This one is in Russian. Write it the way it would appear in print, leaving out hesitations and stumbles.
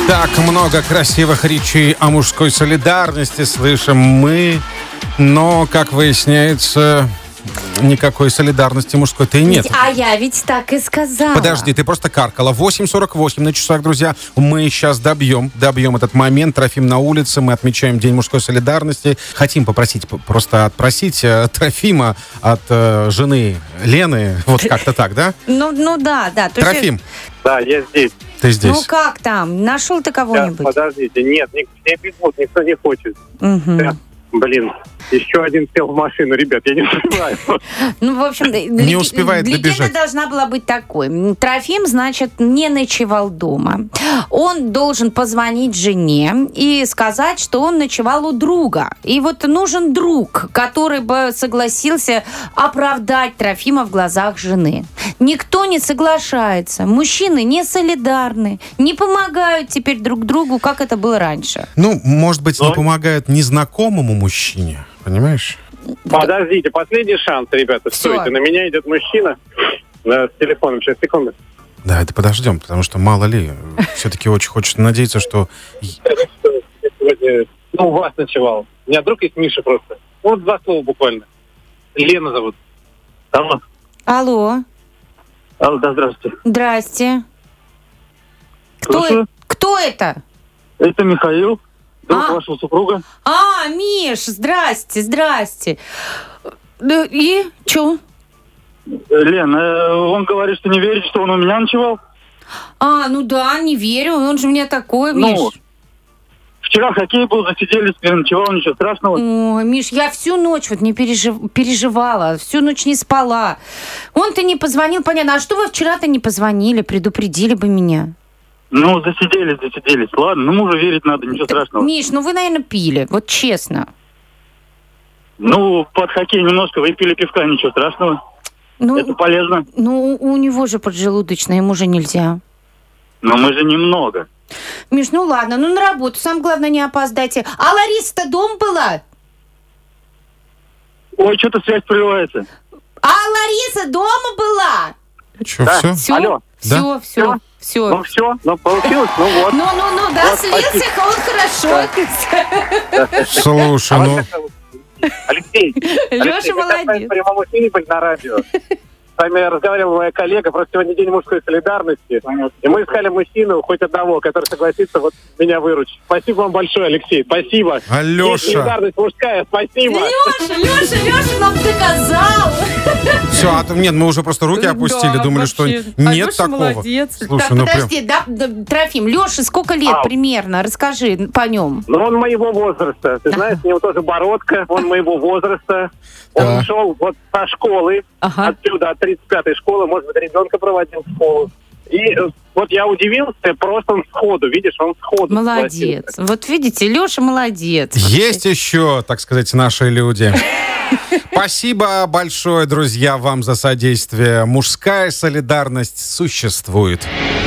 Так много красивых речей о мужской солидарности слышим мы, но, как выясняется, никакой солидарности мужской-то и нет. А я ведь так и сказала. Подожди, ты просто каркала. 8:48 на часах, друзья. Мы сейчас добьем этот момент. Трофим на улице. Мы отмечаем День мужской солидарности. Хотим отпросить Трофима от жены Лены. Вот как-то так, да? Ну да. Трофим. Да, я здесь. Ты здесь. Ну как там? Нашел ты кого-нибудь? Сейчас, подождите. Нет, все бегут, никто не хочет. Угу. Блин, еще один сел в машину, ребят, я не успеваю. Ну, в общем, не успевает добежать. Легенда должна была быть такой. Трофим, значит, не ночевал дома. Он должен позвонить жене и сказать, что он ночевал у друга. И вот нужен друг, который бы согласился оправдать Трофима в глазах жены. Никто не соглашается. Мужчины не солидарны, не помогают теперь друг другу, как это было раньше. Ну, может быть, не помогают незнакомому мужчине. Понимаешь? Подождите, последний шанс, ребята, стойте. На меня идет мужчина с телефоном. Сейчас, секунду. Да, это подождем, потому что мало ли. Все-таки очень хочется надеяться, что... Сегодня, у вас ночевал. У меня друг есть Миша просто. Вот 2 слова буквально. Лена зовут. Алло. Алло, да, здравствуйте. Здрасте. Кто это? Это Михаил, друг вашего супруга. Миш, здрасте. И что? Лен, он говорит, что не верит, что он у меня ночевал. Ну да, не верю, он же у меня такой, Миш. Вчера хоккей был, засиделись, переночевал, ничего страшного. Ой, Миш, я всю ночь не переживала, всю ночь не спала. Он-то не позвонил, понятно. А что вы вчера-то не позвонили, предупредили бы меня? Засиделись. Ладно, мужу верить надо, ничего страшного. Миш, вы, наверное, пили, вот честно. Под хоккей немножко выпили пивка, ничего страшного. Это полезно. У него же поджелудочная, ему же нельзя. Но мы же немного. Миш, ладно, на работу. Самое главное, не опоздайте. А Лариса-то дома была? Ой, что-то связь прерывается. А Лариса дома была? Что, да. все? Алло. Все. Ну все, получилось, вот. Да, следствие, он хорошо. Слушай, Алексей, Леша молодец. В прямом эфире быть на радио. С вами разговаривала моя коллега, просто сегодня День мужской солидарности. Понятно. И мы искали мужчину, хоть одного, который согласится меня выручить. Спасибо вам большое, Алексей, спасибо. Алеша. Солидарность мужская, спасибо. Леша нам доказал. Все, мы уже просто руки опустили, думали, что нет такого. Молодец. Слушай, подожди, Трофим, Леше сколько лет примерно? Расскажи по нем. Он моего возраста. Ты знаешь, у него тоже бородка, он моего возраста. Он шел со школы, отсюда, от 35-й школы, может быть, ребенка проводил в школу. И я удивился, просто он сходу, видишь, Молодец. Вот видите, Леша молодец. Есть еще, так сказать, наши люди. Спасибо большое, друзья, вам за содействие. Мужская солидарность существует.